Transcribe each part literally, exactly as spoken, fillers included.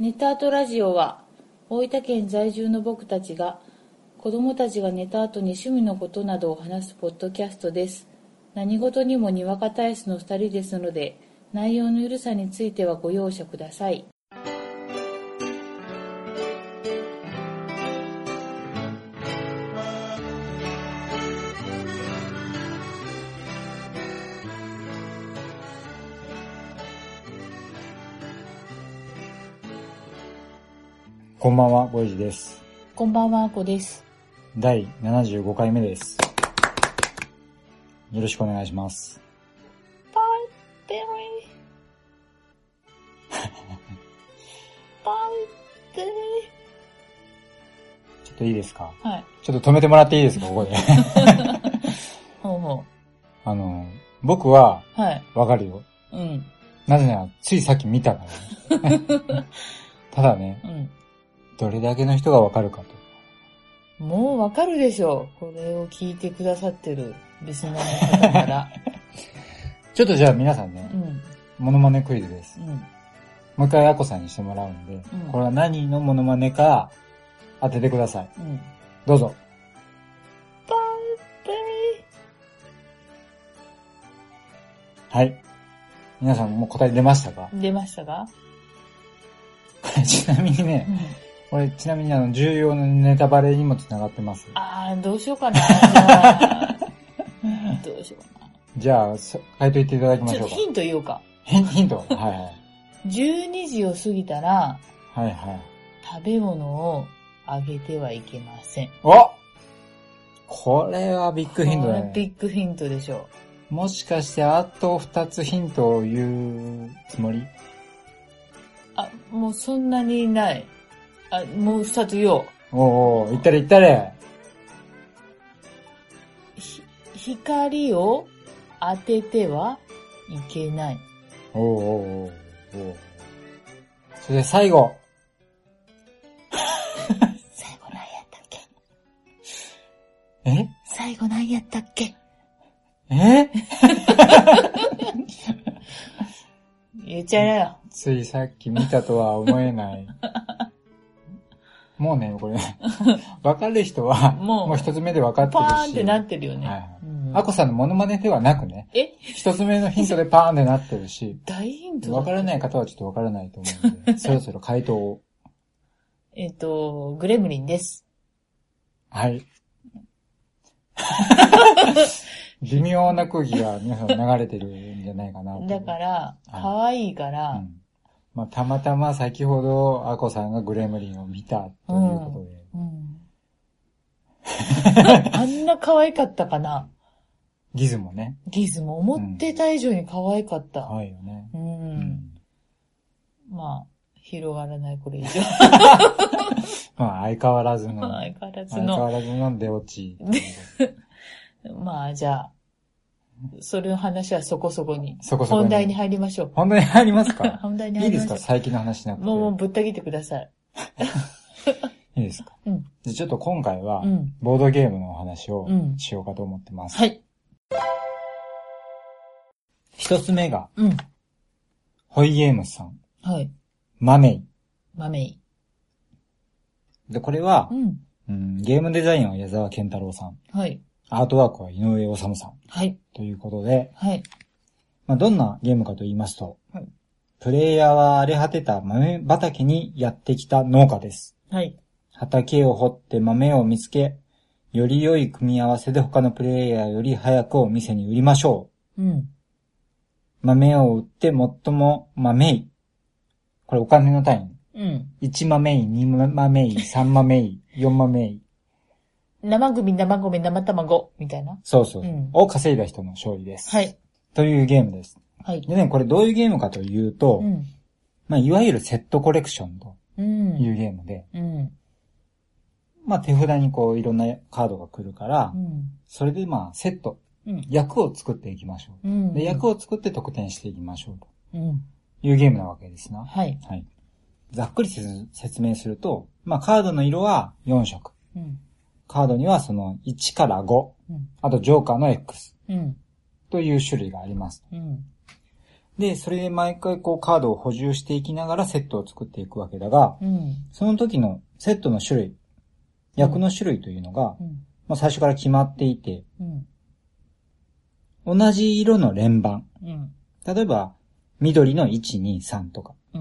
ネタアートラジオは大分県在住の僕たちが子どもたちが寝た後に趣味のことなどを話すポッドキャストです。何事にもにわか体質のふたりですので、内容のゆるさについてはご容赦ください。 こんばんは、ごいじです。 こんばんは、あこです。 だいななじゅうごかいめです。よろしくお願いします。 バイベリーバイベリーちょっといいですか？ はい。 ちょっと止めてもらっていいですか、ここで。 ほうほう。あの、僕は、 はい。 わかるよ。 うん。 なぜなら、ついさっき見たからね。ただね、 うん。 どれだけの人がわかるかと。 もうわかるでしょう。これを聞いてくださってるリスナーの方から。 ちょっとじゃあ皆さんね、 うん。 モノマネクイズです。 うん。 もう一回アコさんにしてもらうんで、 うん、 これは何のモノマネか当ててください。 うん。 どうぞ。 バイベリー。はい。皆さんもう答え出ましたか？ 出ましたか？ ちなみにね、うん、これちなみにあの重要なネタバレにもつながってます。 ああ、どうしようかな。じゃあどうしようかな。 じゃあ、回答言っていただきましょうか。 ちょっとヒント言おうか。 ヒンヒントはいはい。 じゅうにじを過ぎたら、 はいはい。 食べ物をあげてはいけません。 お！これはビッグヒントだね。 これビッグヒントでしょう。もしかしてあとふたつヒントを言うつもり？ あ、もうそんなにない。あ、もう二つ言おう。 おうおう、言ったれ言ったれ。 ひ、光を当ててはいけない。 おうおうおうおう。それで最後。 最後何やったっけ？ え？ 最後何やったっけ？ え？ 言っちゃえなよ。 ついさっき見たとは思えない。もうね、これ、わかる人は、もう、もう一つ目でわかってるし。 パーンってなってるよね。はい。 アコさんのモノマネではなくね。 え？ 一つ目のヒントでパーンってなってるし。 大ヒントわからない方はちょっとわからないと思うので、そろそろ回答を。 えっと、グレムリンです。 はい。微妙な空気が皆さん流れてるんじゃないかなと。 だから、可愛いから、はい、うんまあ、たまたま先ほどアコさんがグレムリンを見たということで。 うんうん、あんな可愛かったかな？ ギズもね。 ギズも思ってた以上に可愛かった。 可愛いよね。 うん。うん、まあ、広がらないこれ以上。 まあ相変わらずの。 相変わらずの。 相変わらずの出落ち。 まあじゃあ、それの話はそこそこに。 そこそこに。 本題に入りましょう。 本題に入りますか？ 本題に入りましょう。 いいですか？最近の話なくて。 もう、もうぶった切ってください。 いいですか？ うん。 じゃあちょっと今回は、ボードゲームのお話をしようかと思ってます。 うん、はい。 一つ目が、 うん。 ホイゲームスさん。 はい。 マメイ。 マメイ。 で、これは、 うんうん、ゲームデザインは矢沢健太郎さん。 はい。 アートワークは井上治さん。 はい。 ということで、 はい。 まあ、どんなゲームかと言いますと、 はい。 プレイヤーは荒れ果てた豆畑にやってきた農家です。 はい。 畑を掘って豆を見つけ、より良い組み合わせで他のプレイヤーより早くお店に売りましょう。うん。 豆を売って最も豆い。これお金の単位。うん。 いち豆い、に豆い、さん豆い、よん豆い。 生組、生米、生卵、みたいな。 そうそうそう、うん。を稼いだ人の勝利です。 はい。 というゲームです。 はい。 でね、これどういうゲームかというと、うん、まあ、いわゆるセットコレクションというゲームで、 うんうん、 まあ、手札にこういろんなカードが来るから、 うん、 それでまあ、セット、うん、役を作っていきましょう、うん。で、役を作って得点していきましょうというゲームなわけですな。 はい。 はい。ざっくり説明すると、まあ、カードの色はよん色。うん、カードにはそのいちからご、うん、あとジョーカーの X、うん、という種類があります。うん、 で、それで毎回こうカードを補充していきながらセットを作っていくわけだが、うん、その時のセットの種類、役の種類というのが、うん、まあ、最初から決まっていて、うん、同じ色の連番、うん、例えば緑のいち、に、さんとか、うん、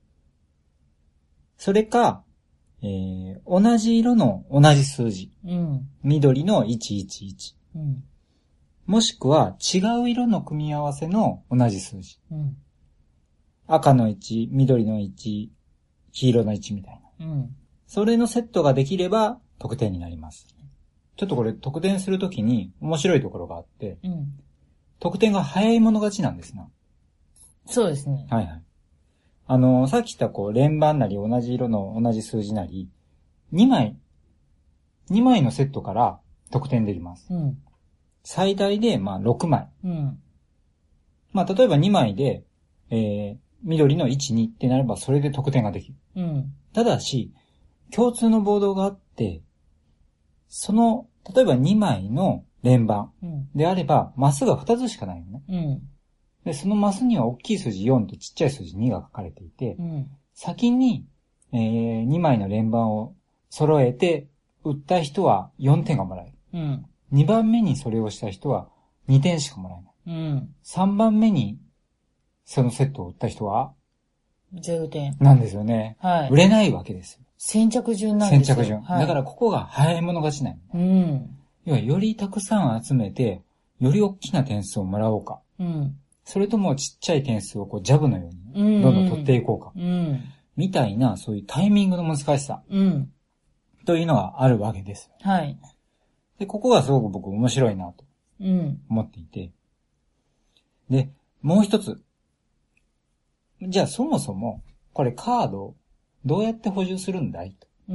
それか、えー、同じ色の同じ数字、うん、緑のいちいちいち、うん、もしくは違う色の組み合わせの同じ数字、うん、赤のいち、緑のいち、黄色のいちみたいな、うん、それのセットができれば得点になります。ちょっとこれ得点するときに面白いところがあって、うん、得点が早い者勝ちなんですな。 そうですね。 はいはい。あの、さっき言ったこう連番なり同じ色の同じ数字なり、にまい、にまいのセットから得点できます。うん、最大でまあろくまい。うん、まあ例えばにまいで、えー、緑のいち、にってなればそれで得点ができる。うん、ただし、共通のボードがあって、その、例えばにまいの連番であれば、マスがふたつしかないよね。うん、で、そのマスには大きい数字よんとちっちゃい数字にが書かれていて、うん、先に、えー、にまいの連番を揃えて打った人はよんてんがもらえる。うん、にばんめにそれをした人はにてんしかもらえない。うん、さんばんめにそのセットを打った人はゼロてん。 なんですよね。はい。売れないわけですよ。 先着順なんですよ。 先着順。はい、だからここが早い者勝ちなんだ、ね。うん。要はよりたくさん集めて、より大きな点数をもらおうか。うん。それともちっちゃい点数をこうジャブのように、どんどん取っていこうか。うん。みたいな、そういうタイミングの難しさ。うん。というのがあるわけです。はい。で、ここがすごく僕面白いなと。うん。思っていて。で、もう一つ。じゃあそもそも、これカードをどうやって補充するんだいと。うん。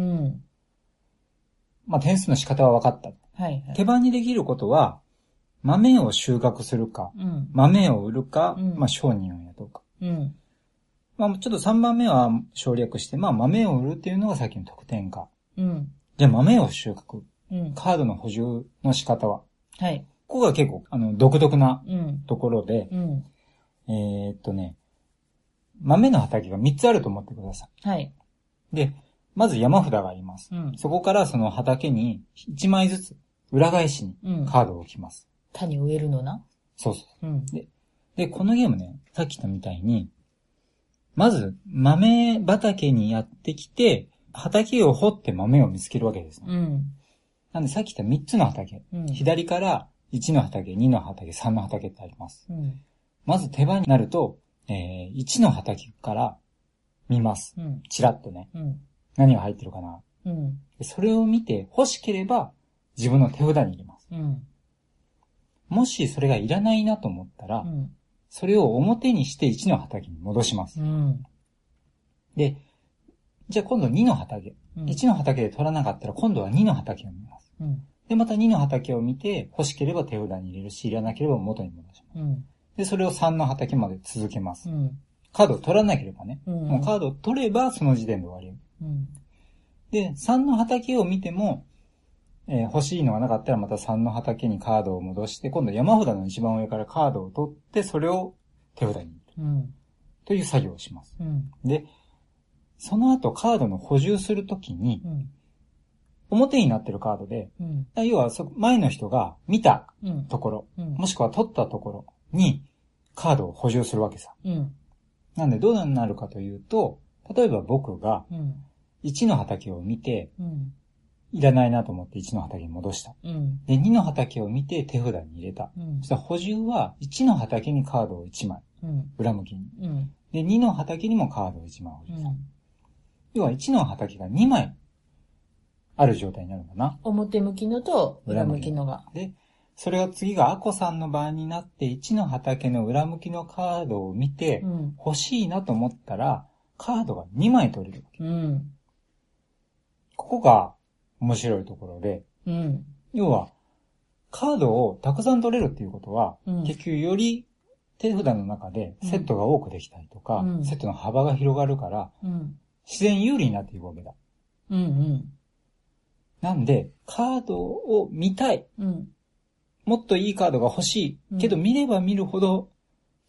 まあ、点数の仕方は分かった。はいはい、手番にできることは、豆を収穫するか、うん、豆を売るか、うん、まあ、商人を雇うか。うん。まあ、ちょっとさんばんめは省略して、まあ、豆を売るっていうのがさっきの得点か。うん。じゃあ豆を収穫。うん。カードの補充の仕方は。はい。ここが結構、あの、独特なところで、うん。えー、っとね、豆の畑がみっつあると思ってください。はい。で、まず山札があります。うん、そこからその畑にいちまいずつ裏返しにカードを置きます。 うん、種植えるのな。 そうそう、うん。で。で、このゲームね、さっき言ったみたいに、まず豆畑にやってきて、畑を掘って豆を見つけるわけですね。うん、なんでさっき言ったみっつの畑、うん、左からいちの畑、にの畑、さんの畑ってあります。うん、まず手番になると、えー、いちの畑から見ます。うん、チラッとね。うん、何が入ってるかな。うん、それを見て欲しければ自分の手札に入れます。うん、もしそれがいらないなと思ったら、うん、それを表にしていちの畑に戻します。うん、で、じゃあ今度にの畑、うん。いちの畑で取らなかったら今度はにの畑を見ます。うん、で、またにの畑を見て欲しければ手札に入れるし、いらなければ元に戻します。うん、で、それをさんの畑まで続けます。うん、カードを取らなければね。うん、もうカードを取ればその時点で終わり。うん、で、さんの畑を見ても、えー、欲しいのがなかったらまたさんの畑にカードを戻して、今度山札の一番上からカードを取って、それを手札に入れる。うん、という作業をします。うん、で、その後カードの補充するときに、うん、表になってるカードで、うん、要は前の人が見たところ、うん、もしくは取ったところにカードを補充するわけさ。うん、なんでどうなるかというと、例えば僕がいちの畑を見て、うん、いらないなと思っていちの畑に戻した。うん、で、にの畑を見て手札に入れた。うん、そしたら補充はいちの畑にカードをいちまい、うん、裏向きに、うん。で、にの畑にもカードをいちまい補充した。うん、要はいちの畑がにまいある状態になるんだな。 表向きのと裏向きのが。 で、それが次がアコさんの番になっていちの畑の裏向きのカードを見て、うん、欲しいなと思ったらカードがにまい取れるわけ。うん、ここが面白いところで、うん、要はカードをたくさん取れるっていうことは、うん、結局より手札の中でセットが多くできたりとか、うん、セットの幅が広がるから、うん、自然有利になっていくわけだ。うんうん、なんで、カードを見たい、うん。もっといいカードが欲しい。けど見れば見るほど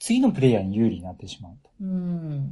次のプレイヤーに有利になってしまうと。 うん。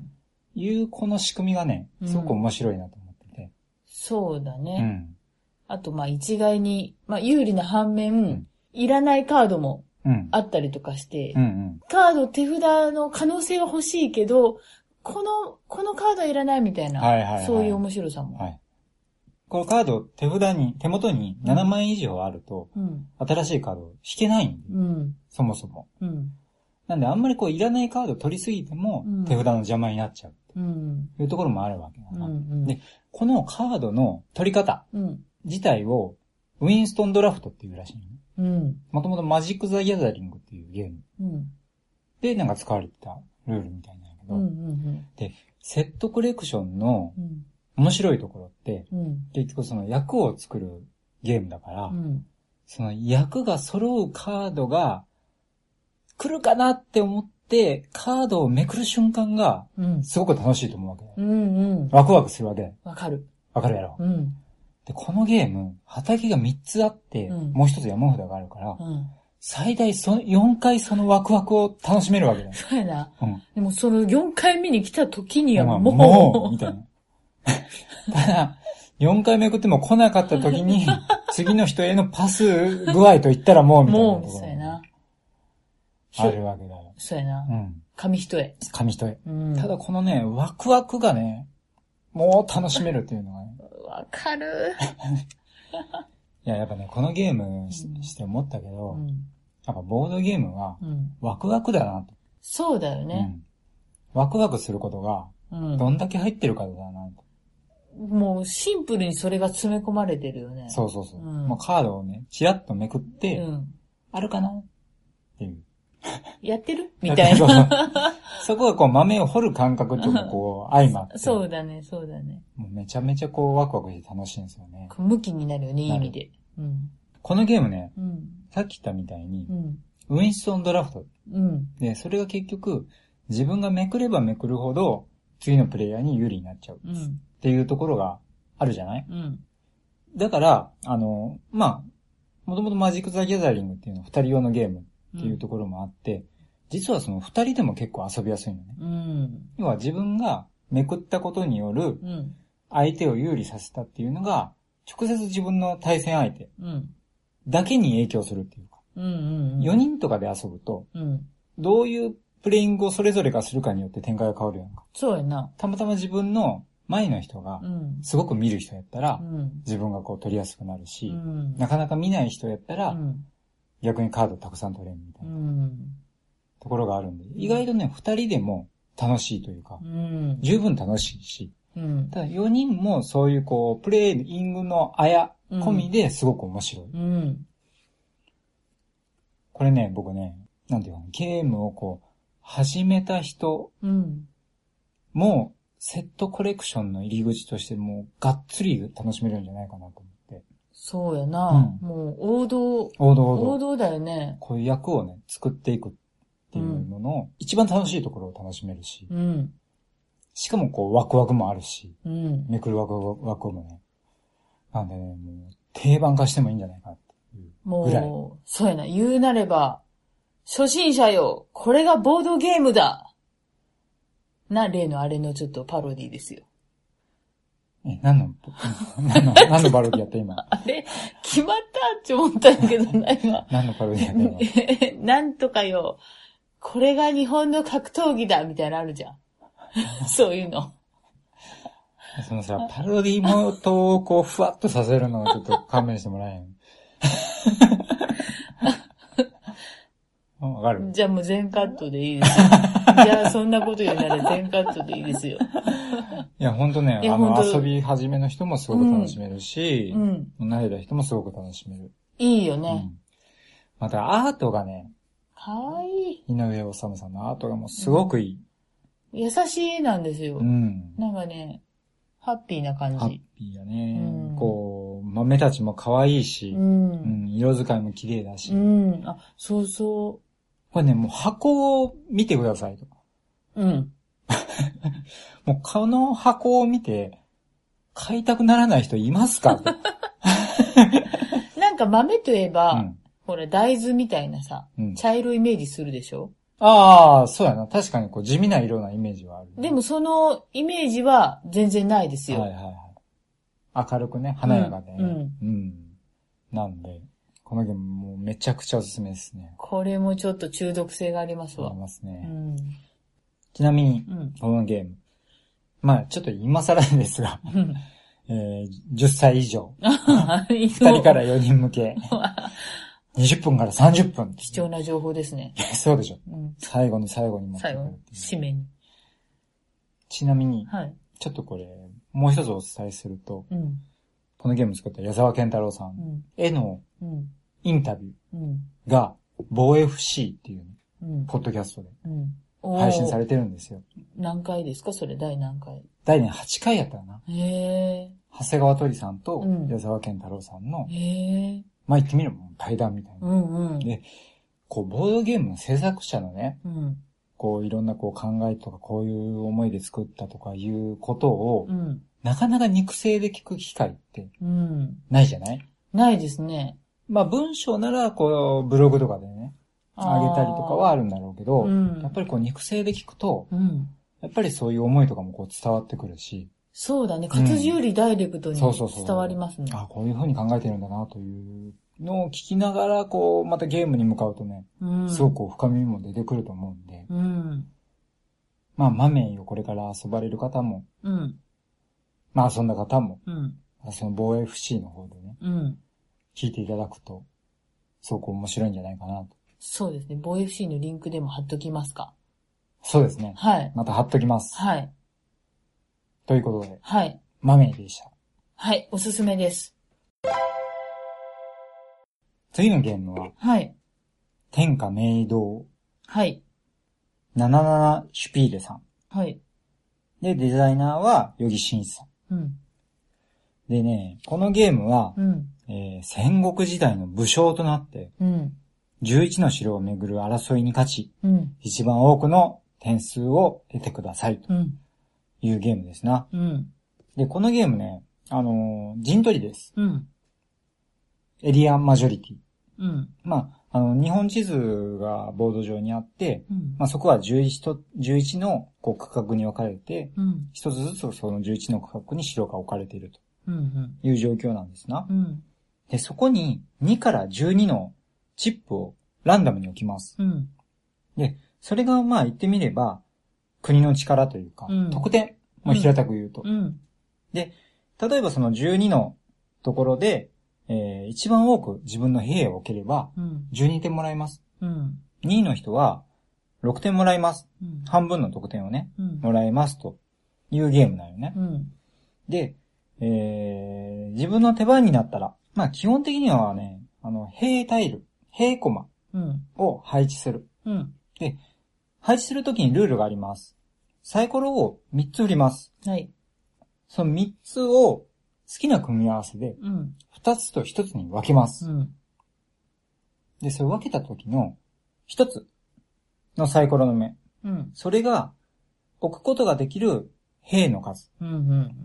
いうこの仕組みがね、すごく面白いなと思ってて。うん、 そうだね。 うん。 あと、まあ一概に、まあ有利な反面、うん、いらないカードもあったりとかして、うんうん、カード手札の可能性は欲しいけど、この、このカードはいらないみたいな、はいはいはい、そういう面白さも。はい、 このカード手札に、手元にななまんえん以上あると、うん、新しいカードを引けないんで、うん、そもそも。うん、なんであんまりこういらないカード取りすぎても、手札の邪魔になっちゃう。うん、いうところもあるわけだな、うんうん。で、このカードの取り方自体を、ウィンストンドラフトっていうらしいの、ね。うん。もともとマジック・ザ・ギャザリングっていうゲーム。うん、で、なんか使われてたルールみたいなんだけど、うんうんうん、で、セットコレクションの面白いところって、うん、結局その役を作るゲームだから、うん、その役が揃うカードが来るかなって思って、カードをめくる瞬間が、すごく楽しいと思うわけだよ、うんうん。ワクワクするわけ。 わかる。 わかるやろ。うん。で、このゲーム、畑がみっつあって、うん、もう一つ山札があるから、うん、最大そよんかいそのワクワクを楽しめるわけだよ。 そうやな。うん。でもそのよんかいめに来た時にはもう、 もうみたいな。ただ、よんかいめくっても来なかった時に、次の人へのパス具合と言ったらもうみたいな。もう、 そうやな。 あるわけだよ。 そうやな。うん。紙一重。 紙一重。うん。ただこのね、ワクワクがね、もう楽しめるっていうのがね。 わかる。 いや、やっぱね、このゲーム し,、うん、して思ったけど、うん、やっぱボードゲームは、ワクワクだなと、うん。 そうだよね、 うん。ワクワクすることが、どんだけ入ってるかだなと。 もうシンプルにそれが詰め込まれてるよね。 そうそうそう。うん、もうカードをね、チラッとめくって、うん、あるかなっていう。 やってるみたいな。 そこがこう豆を掘る感覚とこう相まって。 そうだね、そうだね。 もうめちゃめちゃこうワクワクして楽しいんですよね。 向きになるよね、いい意味で。 うん、このゲームね、うん、さっき言ったみたいに、うん、ウィンストンドラフト、うん。で、それが結局自分がめくればめくるほど次のプレイヤーに有利になっちゃう。うん、っていうところがあるじゃない、うん、だから、あの、まあ、もともとマジック・ザ・ギャザリングっていうのは二人用のゲームっていうところもあって、うん、実はその二人でも結構遊びやすいのね。うん、要は自分がめくったことによる相手を有利させたっていうのが直接自分の対戦相手だけに影響するっていうか、うんうんうん、よにんとかで遊ぶと、うん、どういうプレイングをそれぞれがするかによって展開が変わるやんか。 そうやな。 たまたま自分の前の人がすごく見る人やったら、うん、自分がこう取りやすくなるし、うん、なかなか見ない人やったら、うん、逆にカードたくさん取れるみたいな、うん、ところがあるんで、意外とね、二人でも楽しいというか、うん、十分楽しいし、うん、ただよにんもそういうこう、プレイングのあや込みですごく面白い。うんうん、これね、僕ね、なんていうか、ゲームをこう、始めた人も、セットコレクションの入り口としてもう、がっつり楽しめるんじゃないかなと思って。 そうやな。うん、もう、王道。 王道王道。 王道だよね。 こういう役をね、作っていくっていうのの、一番楽しいところを楽しめるし。うん、しかもこう、ワクワクもあるし。うん、めくるワクワクもね。なんでね、もう、定番化してもいいんじゃないかっていうぐらい。 もう、そうやな。言うなれば、初心者よ、これがボードゲームだな、例のあれのちょっとパロディですよ。 え、何の、何の、何のパロディやった今。 あれ、決まったって思ったんだけどな、今。 何のパロディやった今。なんとかよ、これが日本の格闘技だみたいなのあるじゃん。そういうの。 そのさ、パロディモードをこう、ふわっとさせるのをちょっと勘弁してもらえん。わかる。 じゃあもう全カットでいいですよ。じゃあそんなこと言うなら全カットでいいですよ。 いや、ほんとね、あの、遊び始めの人もすごく楽しめるし、うん、慣れた人もすごく楽しめる。 いいよね。うん、 また、アートがね、 かわいい。 井上治さんのアートがもうすごくいい。 うん、優しい絵なんですよ。うん、なんかね、ハッピーな感じ。 ハッピーだね。うん、こう、豆たちも可愛いし、うんうん、色使いも綺麗だし。 うん、あ、そうそう。 これね、もう箱を見てくださいと。うん。もうこの箱を見て、買いたくならない人いますかなんか豆といえば、うん、ほら大豆みたいなさ、うん、茶色いイメージするでしょ？ ああ、そうやな。確かにこう地味な色なイメージはある。 でもそのイメージは全然ないですよ。 はいはいはい。明るくね、華やかでね。 うん。うん。 うん、なんで、このゲームもうめちゃくちゃおすすめですね。 これもちょっと中毒性がありますわ。 ありますね。 うん、 ちなみに、このゲーム。まあちょっと今更ですが、えー、じゅっさい以上。ふたりからよにん向け。にじゅっぷんからさんじゅっぷん。 貴重な情報ですね。 そうでしょ。 うん、 最後に最後に持ってくる。 最後、締めに。 ちなみに、 はい、 ちょっとこれ、もう一つお伝えすると、 うん、 このゲーム作った矢沢健太郎さんへのインタビューが、ボーエフシー っていう、ポッドキャストで配信されてるんですよ。 何回ですかそれ、第何回？ 第ね、はちかいやったかな。 へー。 長谷川鳥さんと矢沢健太郎さんの、 へー。 まあ言ってみれば対談みたいな。 うんうん、で、 こう、ボードゲームの制作者のね、 うん、 こういろんなこう考えとかこういう思いで作ったとかいうことを、うん、なかなか肉声で聞く機会ってないじゃない？ うん、ないですね。 まあ文章ならこうブログとかでね、あげたりとかはあるんだろうけど、うん、やっぱりこう肉声で聞くと、うん、やっぱりそういう思いとかもこう伝わってくるし。 そうだね。活字よりダイレクトに伝わりますね。 あ、こういう風に考えてるんだなというのを聞きながら、こう、またゲームに向かうとね、うん、すごくこう深みも出てくると思うんで、うん、まあ、マメイをこれから遊ばれる方も、うん、まあ遊んだ方も、うん、そのボーエフシー の方でね、うん、聞いていただくと、すごく面白いんじゃないかなと。 そうですね。ボーエフシー のリンクでも貼っときますか？ そうですね。はい。また貼っときます。はい。ということで、はい。マメイでした。 はい、おすすめです。 次のゲームは、はい。天下明道。はい。ななじゅうななシュピーレさん。はい。で、デザイナーは、ヨギシンさん。うん。でね、このゲームは、うん。えー、戦国時代の武将となって、うん。じゅういちの城をめぐる争いに勝ち、うん。一番多くの点数を得てください。というゲームですな。うん。で、このゲームね、あのー、陣取りです。うん。エリアマジョリティ。うん。まあ、あの、日本地図がボード上にあって、うん、まあそこはじゅういちと、じゅういちのこう区画に分かれて、うん、一つずつそのじゅういちの区画に城が置かれているという状況なんですな。うん、で、そこににからじゅうにのチップをランダムに置きます。うん、で、それがまあ言ってみれば、国の力というか、うん、得点、もう平たく言うと、うん。で、例えばそのじゅうにのところで、えー、一番多く自分の兵を置ければ、じゅうにてんもらえます。うん、にいの人は、ろくてんもらえます。うん、半分の得点をね、うん、もらえますというゲームなのね。うん、で、えー、自分の手番になったら、まあ基本的にはね、あの、兵タイル、兵コマを配置する。うん、で、配置するときにルールがあります。サイコロをみっつ振ります。はい。そのみっつを好きな組み合わせで、ふたつとひとつに分けます。うん、で、それを分けたときのひとつのサイコロの目。うん、それが置くことができる兵の数。うんうん、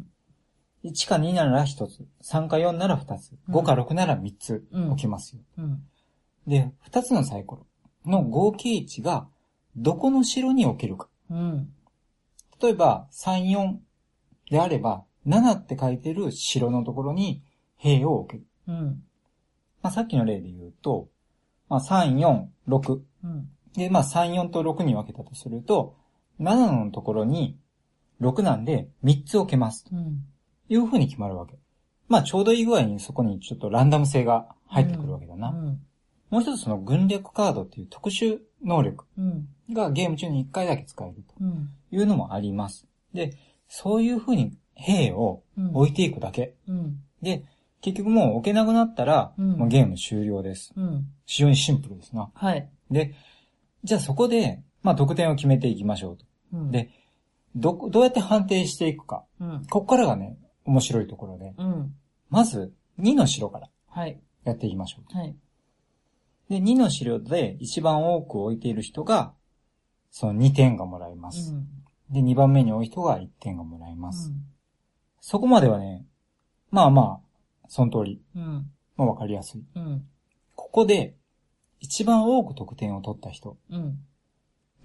いちかにならひとつ、さんかよんならふたつ、ごかろくならみっつ置きますよ。うんうん、で、ふたつのサイコロの合計値がどこの城に置けるか。うん、例えばさん、よんであれば、ななって書いてる城のところに兵を置ける。うんまあ、さっきの例で言うと、まあ、さん、よん、ろく。うん、で、まあ、さん、よんとろくに分けたとすると、ななのところにろくなんでみっつ置けます。うん、いう風に決まるわけ。まあ、ちょうどいい具合にそこにちょっとランダム性が入ってくるわけだな。うんうん、もう一つその軍略カードっていう特殊能力がゲーム中にいっかいだけ使えるというのもあります。で、そういう風に兵を置いていくだけ。うん、で、結局もう置けなくなったら、うん、もうゲーム終了です、うん。非常にシンプルですな。はい。で、じゃあそこで、まあ得点を決めていきましょうと。うん、で、ど、どうやって判定していくか。うん、ここからがね、面白いところで。うん、まず、にの城から。はい。やっていきましょう。はい。で、にの城で一番多く置いている人が、そのにてんがもらえます。うん、で、にばんめに置いた人がいってんがもらえます。うん、そこまではね、まあまあ、その通り。うん。まあわかりやすい。うん。ここで、一番多く得点を取った人。うん。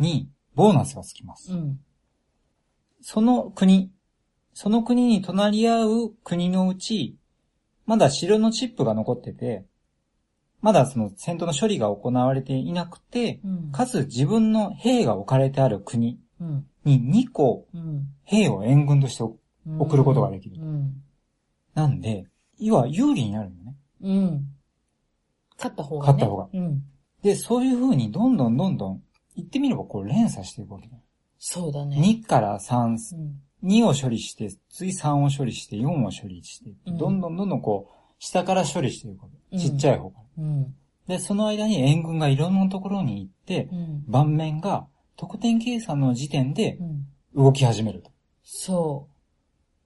にボーナスがつきます。 うん、 その国、その国に隣り合う国のうち、まだ城のチップが残ってて、まだその戦闘の処理が行われていなくて、うん、かつ自分の兵が置かれてある国ににこ兵を援軍として送ることができる。うんうん、なんで、要は有利になるのね。 うん。勝った方がね。 勝った方が。うん、で、そういう風にどんどんどんどん、言ってみればこう連鎖していくわけだよ。 そうだね。 にからさん、うん、にを処理して、次さんを処理して、よんを処理して、うん、どんどんどんどんこう、下から処理していくわけ。ちっちゃい方から。うん、で、その間に援軍がいろんなところに行って、うん、盤面が得点計算の時点で動き始めると。 そう。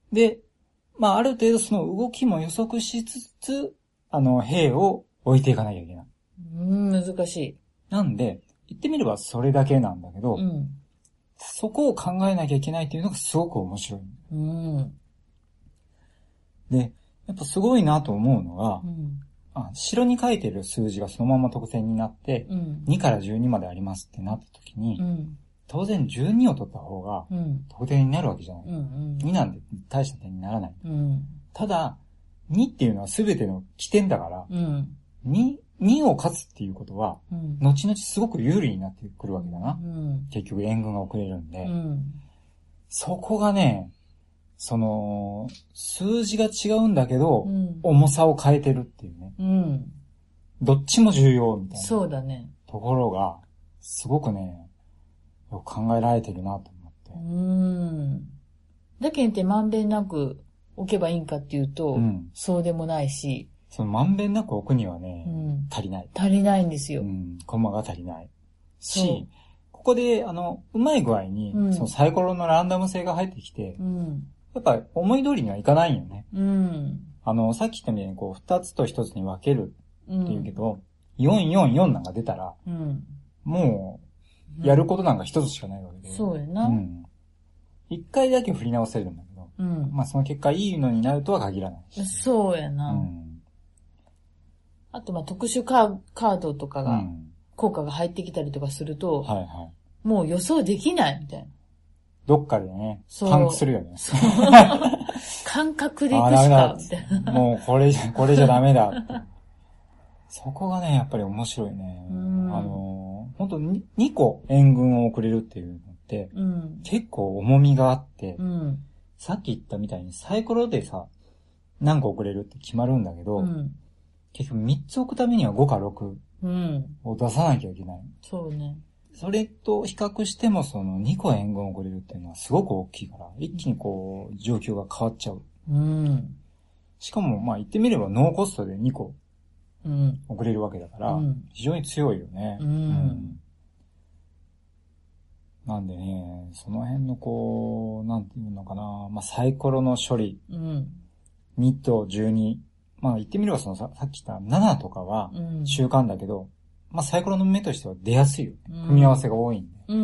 で、まあある程度その動きも予測しつつ、あの、兵を置いていかなきゃいけない。 うん、難しい。 なんで、言ってみればそれだけなんだけど、うん、そこを考えなきゃいけないっていうのがすごく面白い。うん、で、やっぱすごいなと思うのが、うん、あ城に書いてる数字がそのまま得点になって、うん、にからじゅうにまでありますってなった時に、うん、当然じゅうにを取った方が得点になるわけじゃない。うんうん、になんて大した点にならない。うん、ただ、にっていうのは全ての起点だから、うん、に, にを勝つっていうことは、うん、後々すごく有利になってくるわけだな。うん、結局援軍が送れるんで、うん、そこがね、その、数字が違うんだけど、うん、重さを変えてるっていうね。うん。どっちも重要みたいな。 そうだね。 ところが、すごくね、よく考えられてるなと思って。 うん。だけんってまんべんなく置けばいいんかっていうと、うん、そうでもないし。 そのまんべんなく置くにはね、うん、足りない。 足りないんですよ。 うん。コマが足りない。し、ここで、あの、うまい具合に、うん、そのサイコロのランダム性が入ってきて、うんやっぱ思い通りにはいかないよね。うん。あの、さっき言ったみたいにこう、二つと一つに分けるっていうけど、うん、よんよんよんなんか出たら、うん、もう、やることなんか一つしかないわけで。 うん、そうやな。うん。 一回だけ振り直せるんだけど、うん、まあその結果いいのになるとは限らないし。 そうやな。うん、あとまあ特殊カードとかが、効果が入ってきたりとかすると、はいはい、もう予想できないみたいな。 どっかでね、パンクするよね。 感覚でいくしか、みたいな。もうこれじゃ、これじゃダメだって。そこがね、やっぱり面白いね。あの、本当ににこ援軍を送れるっていうのって、うん、結構重みがあって、うん、さっき言ったみたいにサイコロでさ、何個送れるって決まるんだけど、うん、結局みっつ置くためにはごかろくを出さなきゃいけない。うん、 そうね。 それと比較してもそのにこ援軍を送れるっていうのはすごく大きいから、一気にこう状況が変わっちゃう。うん、しかもまあ言ってみればノーコストでにこ送れるわけだから、非常に強いよね。うんうん、なんでね、その辺のこう、なんていうのかな、まあサイコロの処理、うん、にとじゅうに、まあ言ってみればそのさ、さっき言ったななとかは習慣だけど、まあサイコロの目としては出やすいよね。組み合わせが多いんで。うんうん、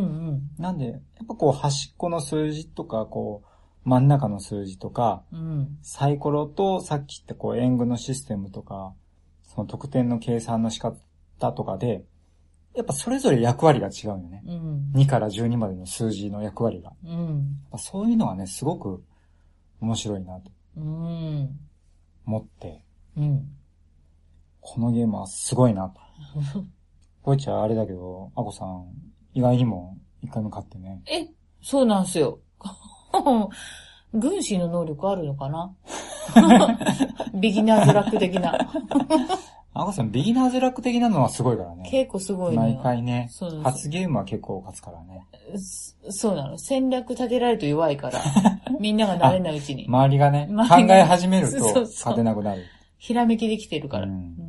なんで、やっぱこう端っこの数字とか、こう真ん中の数字とか、うん、サイコロとさっき言ったこう援軍のシステムとか、その得点の計算の仕方とかで、やっぱそれぞれ役割が違うよね。うん、にからじゅうにまでの数字の役割が。うん、そういうのはね、すごく面白いなと思って、うん、このゲームはすごいなと。こいちゃあれだけど、アコさん、意外にも一回も勝ってね。 え、そうなんすよ。軍師の能力あるのかなビギナーズラック的な。 アコさん、ビギナーズラック的なのはすごいからね。 結構すごいね。 毎回ね。そうそう初ゲームは結構勝つからね。 そうなの。戦略立てられると弱いから。みんなが慣れないうちに。 周りがね、考え始めると勝てなくなる。そうそうひらめきできてるから。うんうん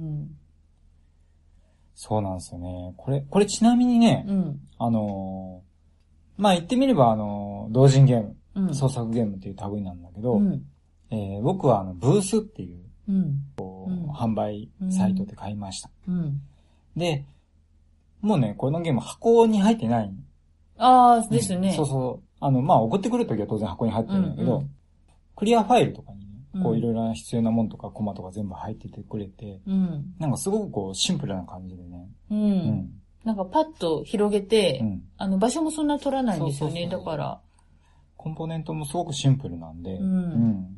そうなんですよね。これ、これちなみにね、うん、あのー、まあ、言ってみればあのー、同人ゲーム、うん、創作ゲームっていう類なんだけど、うんえー、僕はあの、ブースっていう、うんこううん、販売サイトで買いました、うん。で、もうね、このゲーム箱に入ってない。 ああ、ですね、 うん。そうそう。あの、まあ、送ってくるときは当然箱に入ってるんだけど、うんうん、クリアファイルとかにこういろいろな必要なものとかコマとか全部入っててくれて、うん、なんかすごくこうシンプルな感じでね、うんうん、 なんかパッと広げて、 うん、 あの場所もそんな取らないんですよね。 そうそうそうそう、 だから。 コンポーネントもすごくシンプルなんで、 うん。うん、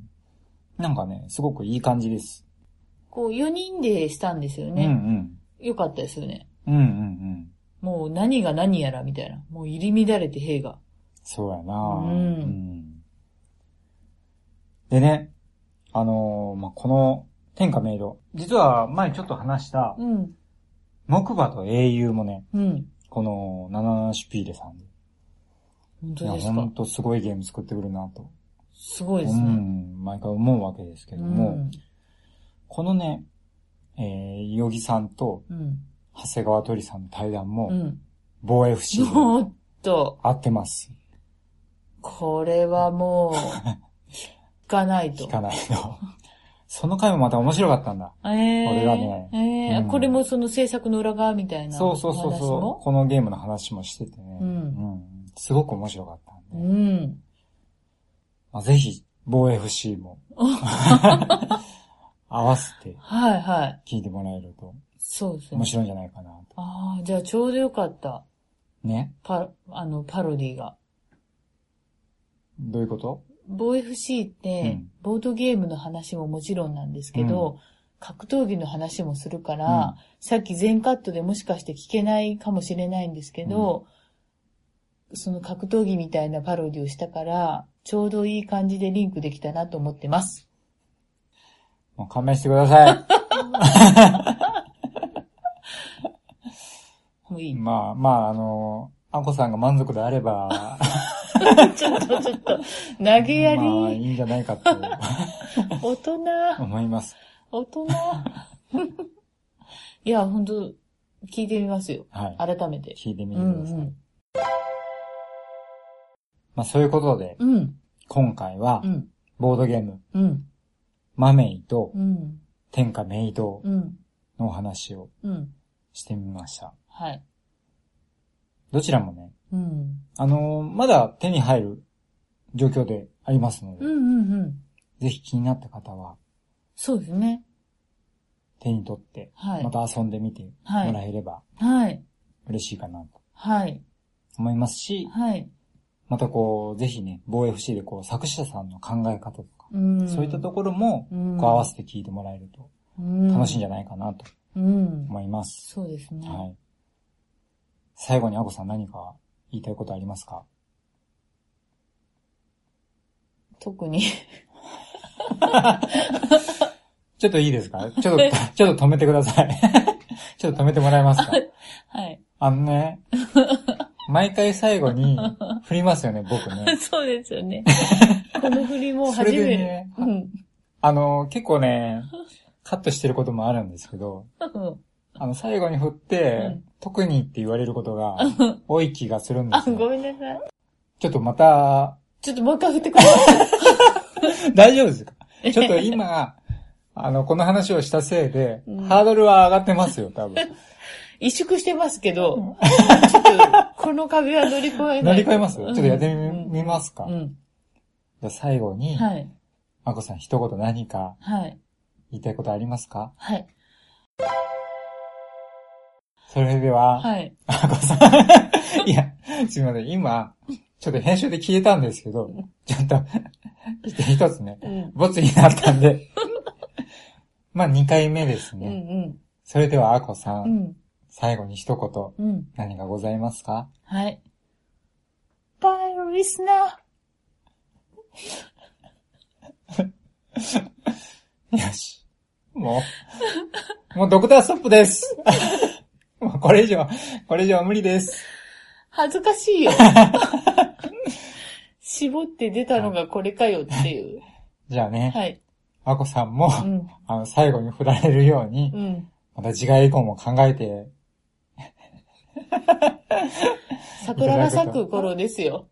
なんかね、すごくいい感じです。 こうよにんでしたんですよね。 うんうん。 よかったですよね。 うんうんうん。 もう何が何やらみたいな。もう入り乱れて兵が。 そうやな、 うん、うん。 でね、あのー、まあ、この天下明堂、実は前ちょっと話した、うん、木馬と英雄もね、うん、このななななシュピーレさんで。 本当ですか？ いや、ほんとすごいゲーム作ってくるなと。 すごいですね。 うん、毎回思うわけですけども、うん、このね、えー、ヨギさんと、長谷川鳥さんの対談も、うん、防衛 エフシー で、おっと、合ってます。 これはもう、聞かないと。 聞かないと。その回もまた面白かったんだ。えー、俺がね。 えーうん、これもその制作の裏側みたいな話も。 そうそうそうそう。このゲームの話もしててね。うん。うん、すごく面白かったんで。うん。まあ、ぜひ、防衛 エフシー も。合わせて。はいはい。聞いてもらえると。そうですね。面白いんじゃないかなと。 ああ、じゃあちょうどよかった。ね。パ、あの、パロディが。 どういうこと？ 防衛 エフシー って、うん、ボードゲームの話ももちろんなんですけど、うん、格闘技の話もするから、うん、さっき全カットでもしかして聞けないかもしれないんですけど、うん、その格闘技みたいなパロディをしたから、ちょうどいい感じでリンクできたなと思ってます。 もう勘弁してください。もういい。まあまあ、あの、あこさんが満足であれば、 ちょっとちょっと、投げやり。 まあ、いいんじゃないかと。 大人。 思います。 大人。いや、ほんと、聞いてみますよ。はい。改めて。 聞いてみてください。うんうん、まあ、そういうことで、うん、今回は、うん、ボードゲーム、うん、マメイと、うん、天下明堂のお話をしてみました。うん、はい。どちらもね、うん、あのー、まだ手に入る状況でありますので、うんうんうん、ぜひ気になった方は、 そうですね。 手に取って、はい、また遊んでみてもらえれば、はい、嬉しいかなと、はい、思いますし、はい、またこう、ぜひね、防衛 エフシー でこう、作者さんの考え方とか、うん、そういったところも、こう、合わせて聞いてもらえると、楽しいんじゃないかなと、思います、 うん。そうですね。はい。 最後にあこさん何か言いたいことありますか？ 特に。 ちょっといいですか？ちょっと、ちょっと止めてください。ちょっと止めてもらえますか？はい。あのね、毎回最後に振りますよね、僕ね。 そうですよね。この振りも初めて。それでね、 うん、あの、結構ね、カットしてることもあるんですけど、あの、最後に振って、うん、特にって言われることが多い気がするんですよ。 あ、ごめんなさい。 ちょっとまた、 ちょっともう一回振ってください。大丈夫ですか？ちょっと今、あの、この話をしたせいで、うん、ハードルは上がってますよ、多分。 萎縮してますけど、ちょっと、この壁は乗り越えない。 乗り越えます？うん、ちょっとやってみ、みますか？うん、じゃあ最後に、はい。あこさん一言何か、はい。言いたいことありますか？はい。それでは、はい。あこさん。いや、すみません。今、ちょっと編集で消えたんですけど、ちょっと、一つね、うん、ボツになったんで、まあにかいめですね。うんうん、それではあこさん、うん、最後に一言、うん、何がございますか？はい。 バイリスナー。よし。もう、もうドクターストップです。もうこれ以上、これ以上は無理です。 恥ずかしいよ。絞って出たのがこれかよっていう。 じゃあね。はい。あこさんも、うん、あの、最後に振られるように、うん、また次回以降も考えて。 桜が咲く頃ですよ。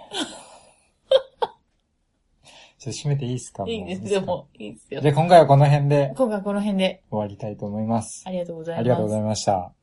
ちょっと締めていいですか？ いいです、でも、いいですよ。 じゃあ今回はこの辺で。 今回はこの辺で。 終わりたいと思います。 ありがとうございます。 ありがとうございました。